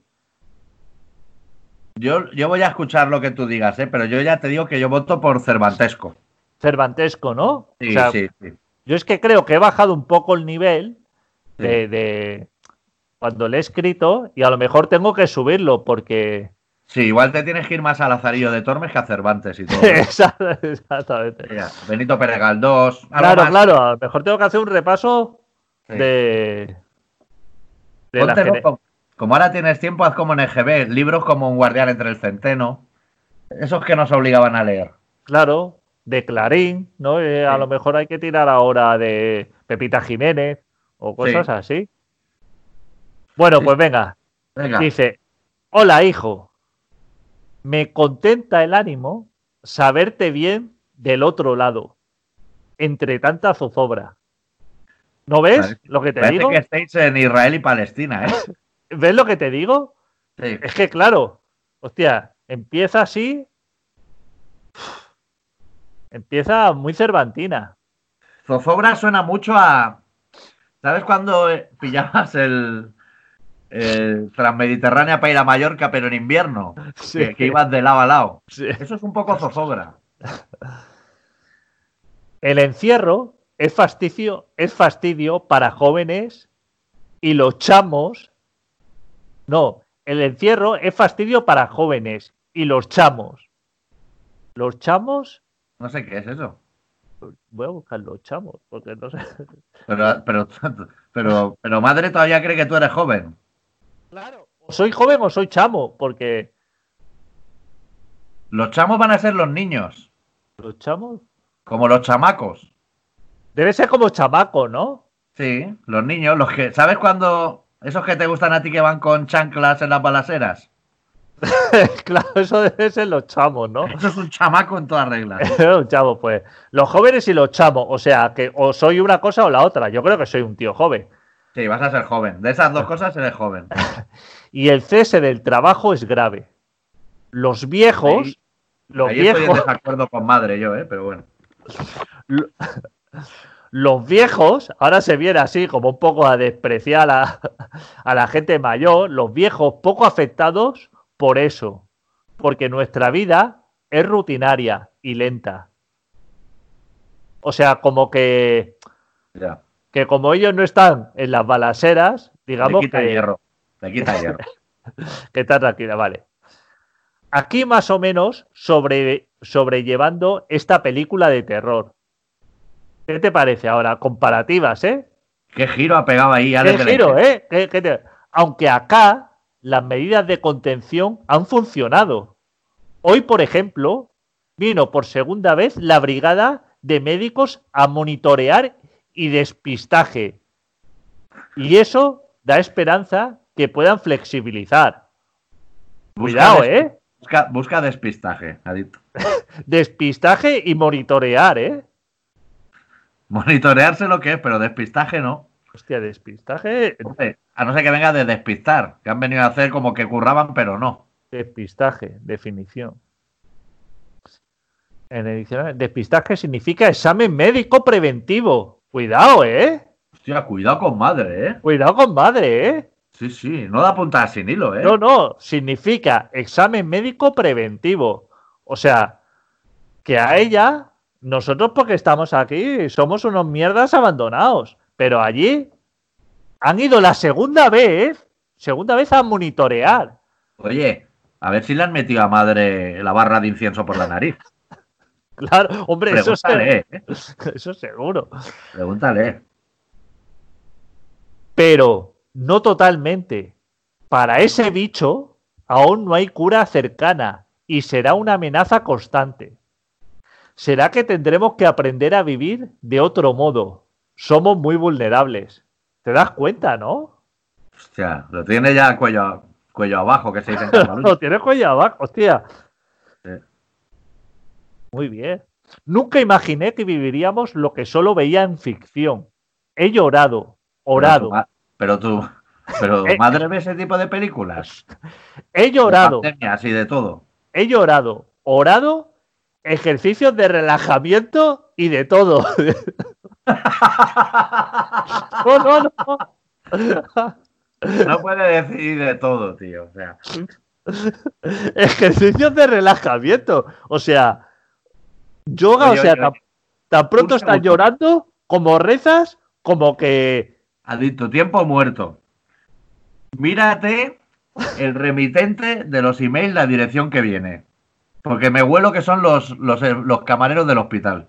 Yo, yo voy a escuchar lo que tú digas, ¿eh? Pero yo ya te digo que yo voto por Cervantesco. Cervantesco, ¿no? Sí, O sea, sí, sí. yo es que creo que he bajado un poco el nivel Sí. de, de cuando le he escrito y a lo mejor tengo que subirlo porque... Sí, igual te tienes que ir más a Lazarillo de Tormes que a Cervantes y todo. ¿eh? Exactamente. Ya, Benito Pérez Galdós. algo Claro, más. claro, a lo mejor tengo que hacer un repaso Sí. de... de la Póntelo gene- como, como ahora tienes tiempo, haz como en E G B, libros como Un guardián entre el centeno. Esos que nos obligaban a leer. Claro, de Clarín, ¿no? Eh, a Sí. lo mejor hay que tirar ahora de Pepita Jiménez o cosas Sí. así. Bueno, Sí. pues venga. Venga. Dice, hola hijo, me contenta el ánimo saberte bien del otro lado, entre tanta zozobra. ¿No ves Parece- lo que te Parece digo? que estáis en Israel y Palestina, ¿eh? ¿Ves lo que te digo? Sí. Es que claro, hostia, empieza así, empieza muy cervantina. Zozobra suena mucho a... ¿Sabes cuando eh, pillabas el, el Transmediterránea para ir a Mallorca, pero en invierno? Sí. Que, que ibas de lado a lado. Sí. Eso es un poco zozobra. El encierro es fastidio, es fastidio para jóvenes y los chamos. No, el encierro es fastidio para jóvenes y los chamos. Los chamos, No sé qué es eso. voy a buscar los chamos, porque no sé. Pero, pero, pero, pero madre todavía cree que tú eres joven. Claro. O soy joven o soy chamo, porque Los chamos van a ser los niños, los chamos como los chamacos. debe ser como chamaco, ¿no? Sí, los niños, los que... ¿Sabes cuando... Esos que te gustan a ti que van con chanclas en las balaseras? Claro, eso debe ser los chamos, ¿no? Eso es un chamaco en todas reglas. Los chamos, pues. Los jóvenes y los chamos. O sea, que o soy una cosa o la otra. Yo creo que soy un tío joven. Sí, vas a ser joven. De esas dos cosas eres joven. Y el cese del trabajo es grave. Los viejos, Ahí- los Ahí estoy en viejos, desacuerdo con madre yo, ¿eh? Pero bueno. lo- los viejos, ahora se viene así como un poco a despreciar a la, a la gente mayor, los viejos poco afectados por eso. Porque nuestra vida es rutinaria y lenta. O sea, como que, Ya. que como ellos no están en las balaseras, Le digamos quita que... hierro. Le quita hierro. Que está tranquila, vale. Aquí más o menos sobre, sobrellevando esta película de terror. ¿Qué te parece ahora? Comparativas, ¿eh? ¿Qué giro ha pegado ahí? ¿Qué Alex de la giro, Iglesia? eh? ¿Qué- qué te- Aunque acá las medidas de contención han funcionado. Hoy, por ejemplo, vino por segunda vez la brigada de médicos a monitorear y despistaje. Y eso da esperanza que puedan flexibilizar. Cuidado, Busca des- ¿eh? Busca, busca despistaje, adicto. Despistaje y monitorear, ¿eh? Monitorearse lo que es, pero despistaje no. Hostia, despistaje. Hombre, a no ser que venga de despistar, que han venido a hacer como que curraban, pero no. Despistaje, definición. En el diccionario, despistaje significa examen médico preventivo. Cuidado, ¿eh? Hostia, cuidado con madre, ¿eh? Cuidado con madre, ¿eh? Sí, sí, no da puntada sin hilo, ¿eh? No, no, significa examen médico preventivo. O sea, que a ella, nosotros porque estamos aquí, somos unos mierdas abandonados. Pero allí han ido la segunda vez, segunda vez a monitorear. Oye, a ver si le han metido a madre la barra de incienso por la nariz. Claro, hombre, eso, Pregúntale, se- ¿eh? eso seguro. Pregúntale. Pero no totalmente. Para ese bicho aún no hay cura cercana y será una amenaza constante. ¿Será que tendremos que aprender a vivir de otro modo? Somos muy vulnerables. ¿Te das cuenta, no? Hostia, lo tiene ya cuello, cuello abajo, que se dice en Lo Cataluña. tienes cuello abajo, hostia. Sí. Muy bien. Nunca imaginé que viviríamos lo que solo veía en ficción. He llorado, orado. Pero tu, ma- pero tu pero Eh. madre ve ese tipo de películas. He llorado, De pandemias y de todo. he llorado, orado, ejercicios de relajamiento y de todo. No, no, no. No puede decir de todo, tío. O sea, Ejercicios de relajamiento. O sea, yoga, Oye, o sea, oye, tan, oye. tan pronto Un estás segundo. llorando, como rezas, como que. adicto, tiempo muerto. Mírate el remitente de los emails, la dirección que viene. Porque me huelo que son los, los, los camareros del hospital.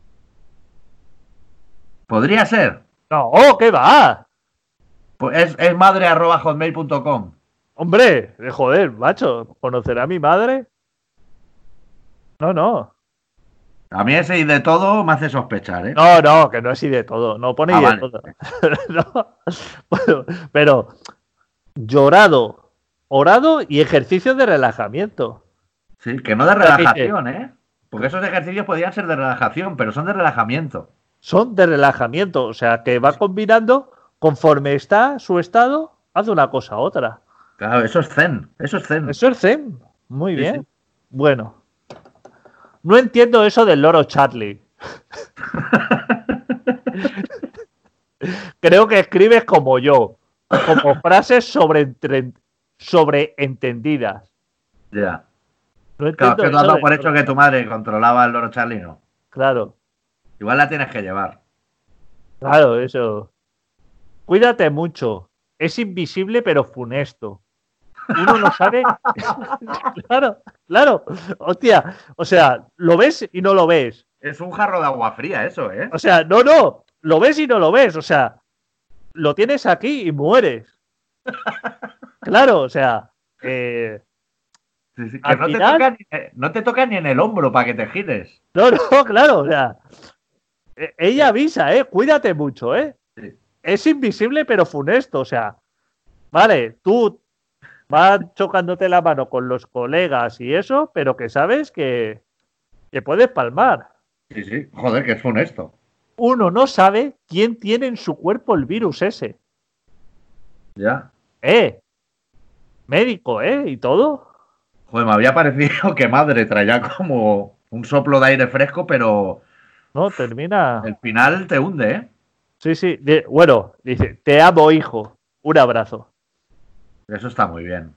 Podría ser. No, ¿qué va? Pues es, es madre arroba hotmail punto com. Hombre, de joder, macho, ¿conocerá a mi madre? No, no. A mí ese y de todo me hace sospechar, ¿eh? No, no, que no es y de todo. No pone Ah, y de vale. todo. No. Bueno, pero llorado, orado y ejercicios de relajamiento. Sí, que no de Repite. relajación, ¿eh? Porque esos ejercicios podrían ser de relajación, pero son de relajamiento. Son de relajamiento. O sea, que va combinando conforme está su estado, hace una cosa a otra. Claro, eso es zen. Eso es zen. Eso es zen. Muy Sí, bien. sí. Bueno. No entiendo eso del loro Charlie. Creo que escribes como yo. Como frases sobre sobreentendidas. Ya. No Claro, entiendo que tú has eso dado del por hecho loro. que tu madre controlaba el loro Charlie, ¿no? Claro, Igual la tienes que llevar. claro, eso. Cuídate mucho. Es invisible pero funesto. Uno no sabe. Claro, claro. Hostia, o sea, lo ves y no lo ves. Es un jarro de agua fría eso, ¿eh? O sea, no, no. Lo ves y no lo ves. O sea, lo tienes aquí y mueres. Claro, o sea. eh, Sí, sí, que al no, final- te toca ni, eh, no te toca ni en el hombro para que te gires. no, no, claro, o sea. eh, Ella avisa, ¿eh? Cuídate mucho, ¿eh? Sí. Es invisible pero funesto. O sea, vale, tú vas chocándote la mano con los colegas y eso, pero que sabes que, que puedes palmar. Sí, sí. Joder, que es funesto. Uno no sabe quién tiene en su cuerpo el virus ese. Ya. ¿Eh? Médico, ¿eh? Y todo. Joder, me había parecido que madre traía como un soplo de aire fresco, pero No, termina. el final te hunde, ¿eh? Sí, sí. de- bueno, dice, te amo, hijo. Un abrazo. Eso está muy bien.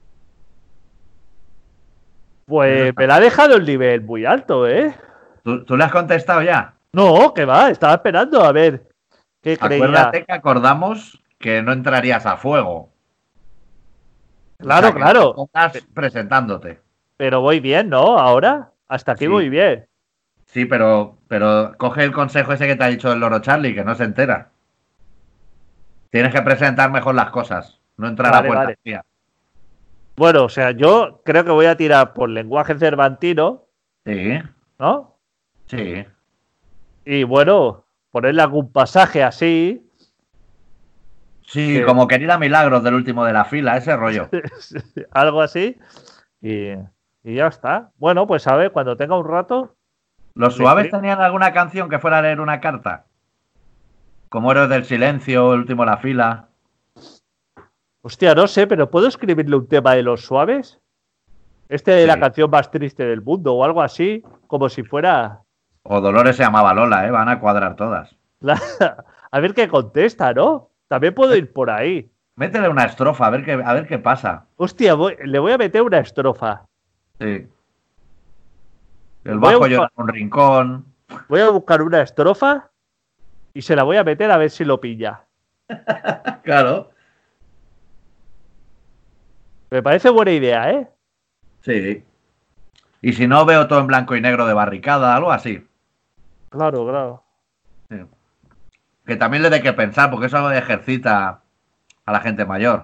Pues me la ha dejado el nivel muy alto, ¿eh? ¿Tú, tú le has contestado ya? No, que va, estaba esperando a ver qué creía. Acuérdate que acordamos que no entrarías a fuego. Claro, O sea, que claro. estás presentándote. Pero voy bien, ¿no? Ahora, hasta aquí Sí. voy bien. Sí, pero, pero coge el consejo ese que te ha dicho el loro Charlie, que no se entera. Tienes que presentar mejor las cosas, no entrar Vale, a puerta vale. fría. Bueno, o sea, yo creo que voy a tirar por lenguaje cervantino, Sí, ¿no? sí. Y bueno, ponerle algún pasaje así. Sí, Que- como querida Milagros del último de la fila, ese rollo. algo así. Y, y ya está. Bueno, pues a ver, cuando tenga un rato, ¿Los le Suaves escribo. tenían alguna canción que fuera a leer una carta? Como Héroes del Silencio, el último de la fila. Hostia, no sé, pero ¿puedo escribirle un tema de los Suaves? Este de la Sí. canción más triste del mundo o algo así, como si fuera... O Dolores se llamaba Lola, ¿eh? Van a cuadrar todas. la- A ver qué contesta, ¿no? También puedo ir por ahí. Métele una estrofa, a ver qué, a ver qué pasa. Hostia, voy- le voy a meter una estrofa. Sí. El Voy a bajo buscar- llora en un rincón. Voy a buscar una estrofa y se la voy a meter a ver si lo pilla. Claro. Me parece buena idea, ¿eh? Sí. Y si no, veo todo en blanco y negro de Barricada, algo así. Claro, claro. Sí. Que también le dé que pensar, porque eso ejercita a la gente mayor.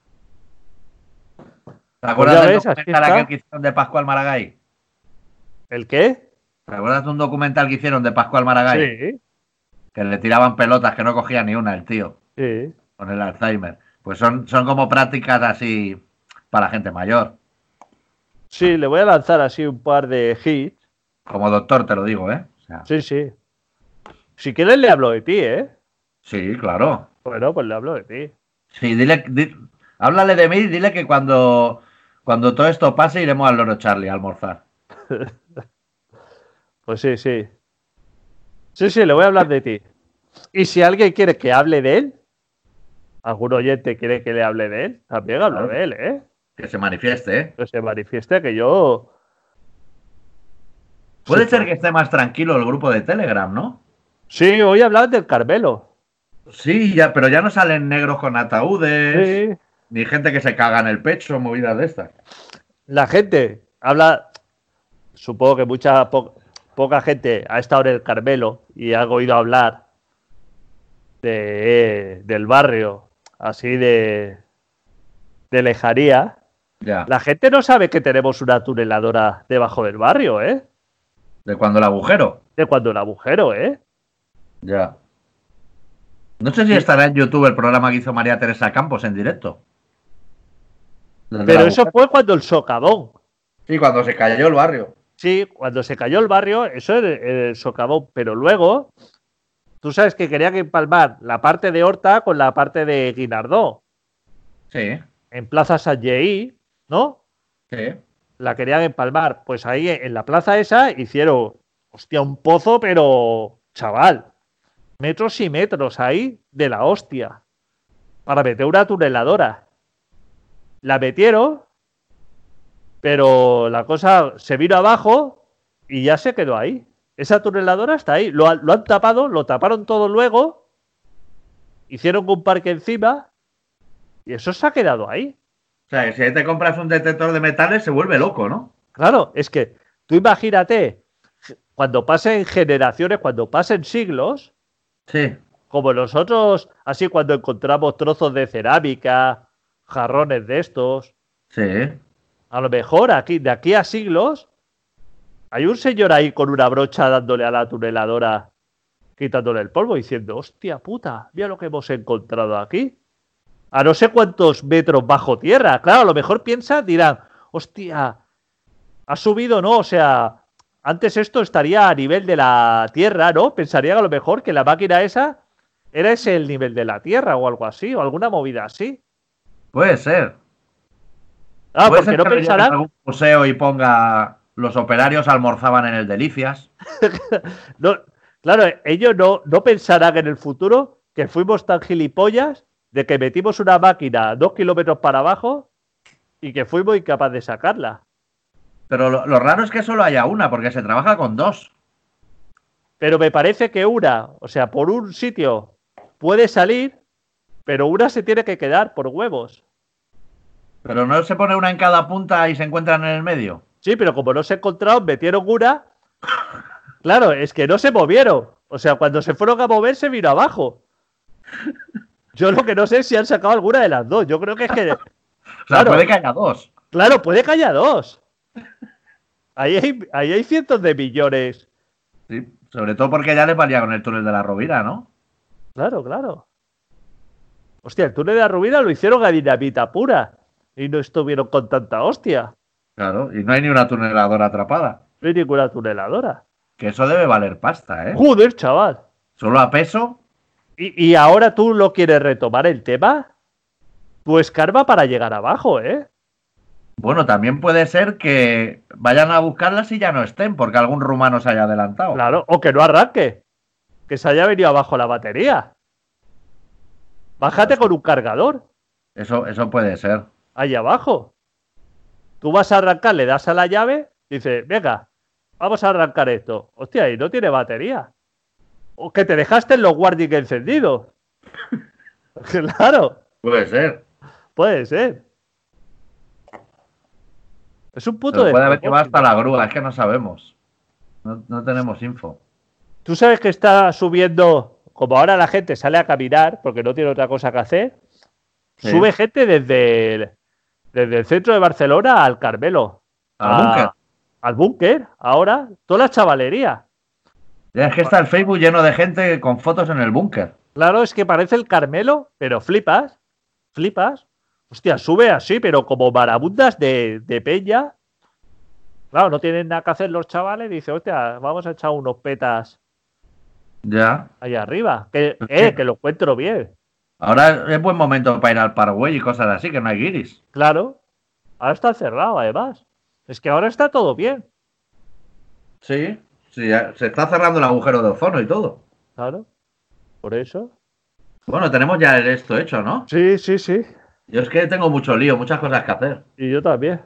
¿Te acuerdas ya del ves, así documental está. aquel que hicieron de Pascual Maragall? ¿El qué? ¿Te acuerdas de un documental que hicieron de Pascual Maragall? Sí, Que le tiraban pelotas, que no cogía ni una el tío, sí. con el Alzheimer. Pues son, son como prácticas así para la gente mayor. Sí, le voy a lanzar así un par de hits. Como doctor te lo digo, ¿eh? O sea, Sí, sí. Si quieres le hablo de ti, ¿eh? sí, claro. Bueno, pues le hablo de ti. Sí, dile, di- háblale de mí y dile que cuando, cuando todo esto pase iremos al Loro Charlie a almorzar. Pues sí, sí. Sí, sí, le voy a hablar de ti. Y si alguien quiere que hable de él, algún oyente quiere que le hable de él, también hablo Claro. de él, ¿eh? Que se manifieste, ¿eh? Que se manifieste que yo... Puede Sí, ser pues. que esté más tranquilo el grupo de Telegram, ¿no? Sí, hoy hablaba del Carmelo. Sí, ya, pero ya no salen negros con ataúdes, Sí. ni gente que se caga en el pecho, movidas de estas. La gente habla... Supongo que mucha po- poca gente ha estado en el Carmelo y ha oído hablar de, del barrio, así de, de lejanía. Ya. La gente no sabe que tenemos una tuneladora debajo del barrio, ¿eh? De cuando el agujero. De cuando el agujero, ¿eh? Ya. No sé si estará en YouTube el programa que hizo María Teresa Campos en directo. Desde Pero el eso agujero. fue cuando el socavón. Sí, cuando se cayó el barrio. Sí, cuando se cayó el barrio, eso era el socavón. Pero luego, tú sabes que querían empalmar la parte de Horta con la parte de Guinardó. Sí, En Plaza San Lleí, ¿no? sí. La querían empalmar. Pues ahí en la plaza esa hicieron, hostia, un pozo, pero chaval, metros y metros ahí de la hostia para meter una tuneladora. La metieron, pero la cosa se vino abajo y ya se quedó ahí. Esa tuneladora está ahí. Lo, han- lo han tapado, lo taparon todo luego, hicieron un parque encima y eso se ha quedado ahí. O sea, que si ahí te compras un detector de metales, se vuelve loco, ¿no? Claro, es que tú imagínate, cuando pasen generaciones, cuando pasen siglos, Sí, como nosotros, así cuando encontramos trozos de cerámica, jarrones de estos, sí. a lo mejor aquí, de aquí a siglos, hay un señor ahí con una brocha dándole a la tuneladora, quitándole el polvo, diciendo, hostia puta, mira lo que hemos encontrado aquí. A no sé cuántos metros bajo tierra. Claro, a lo mejor piensa, dirán, hostia, ha subido, ¿no? O sea, antes esto estaría a nivel de la tierra, ¿no? Pensarían a lo mejor que la máquina esa era ese el nivel de la tierra o algo así, o alguna movida así. Puede ser. Ah, Puede porque ser no que lo lleven a pensarán, algún museo y ponga los operarios almorzaban en el Delicias. no, claro, ellos no, no pensarán en el futuro que fuimos tan gilipollas de que metimos una máquina dos kilómetros para abajo y que fuimos incapaces de sacarla. Pero lo, lo raro es que solo haya una, porque se trabaja con dos. Pero me parece que una, o sea, por un sitio puede salir, pero una se tiene que quedar por huevos. Pero no se pone una en cada punta y se encuentran en el medio. Sí, pero como no se encontraron, metieron una. Claro, es que no se movieron. O sea, cuando se fueron a mover, se vino abajo. Yo lo que no sé es si han sacado alguna de las dos. Yo creo que es que. O sea, Claro. puede que haya dos. Claro, puede que haya dos. Ahí hay, ahí hay cientos de millones. Sí, sobre todo porque ya les valía con el túnel de la Rovira, ¿no? Claro, claro. Hostia, el túnel de la Rovira lo hicieron a dinamita pura. Y no estuvieron con tanta hostia. Claro, y no hay ni una tuneladora atrapada. No hay ninguna tuneladora. Que eso debe valer pasta, ¿eh? Joder, chaval. Solo a peso. Y, y ahora tú lo quieres retomar el tema. Tu escarba para llegar abajo, ¿eh? Bueno, también puede ser que vayan a buscarlas y ya no estén, porque algún rumano se haya adelantado. Claro, o que no arranque. Que se haya venido abajo la batería. Bájate con un cargador. Eso, eso puede ser. Ahí abajo. Tú vas a arrancar, le das a la llave, dices, venga, vamos a arrancar esto. Hostia, y no tiene batería. O que te dejaste los Warning encendidos. Claro. Puede ser. Puede ser. Es un puto Pero de... puede haber que va hasta la grúa, es que no sabemos. No, no tenemos info. Tú sabes que está subiendo, como ahora la gente sale a caminar, porque no tiene otra cosa que hacer, Sí. sube gente desde el, desde el centro de Barcelona al Carmelo. Al a- búnker. Al búnker, ahora, toda la chavalería. Ya es que está el Facebook lleno de gente con fotos en el búnker. Claro, es que parece el Carmelo, pero flipas, flipas. Hostia, sube así, pero como marabundas de, de peña. Claro, no tienen nada que hacer los chavales. Dice, hostia, vamos a echar unos petas Ya. ahí arriba. Que, eh, que lo encuentro bien. Ahora es buen momento para ir al Paraguay y cosas así, que no hay guiris. Claro. Ahora está cerrado, además. Es que ahora está todo bien. Sí, sí, ya se está cerrando el agujero de ozono y todo. Claro. Por eso. Bueno, tenemos ya esto hecho, ¿no? Sí, sí, sí. Yo es que tengo mucho lío, muchas cosas que hacer. Y yo también.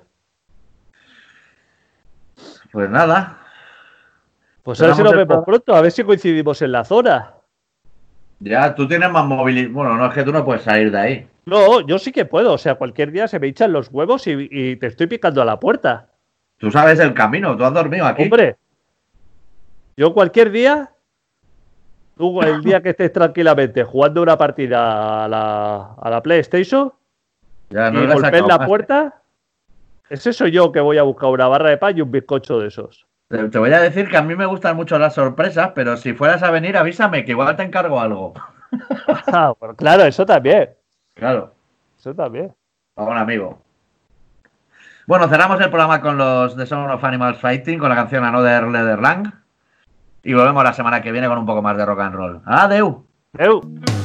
Pues nada. Pues a ver si nos Cerramos el vemos pro- pronto, a ver si coincidimos en la zona. Ya, tú tienes más movilidad. Bueno, no es que tú no puedes salir de ahí. No, yo sí que puedo. O sea, cualquier día se me hinchan los huevos y, y te estoy picando a la puerta. Tú sabes el camino, tú has dormido aquí. Hombre, yo cualquier día, tú el día que estés tranquilamente jugando una partida a la, a la PlayStation Ya, no y le he golpees sacado la más. puerta, ese soy yo que voy a buscar una barra de pan y un bizcocho de esos. Te, te voy a decir que a mí me gustan mucho las sorpresas, pero si fueras a venir, avísame, que igual te encargo algo. Ah, bueno, claro, eso también. Claro, Eso también. a un amigo. Bueno, cerramos el programa con los The Sound of Animals Fighting, con la canción Another Leather Lang. Y volvemos la semana que viene con un poco más de rock and roll. ¡Adeu! Eu.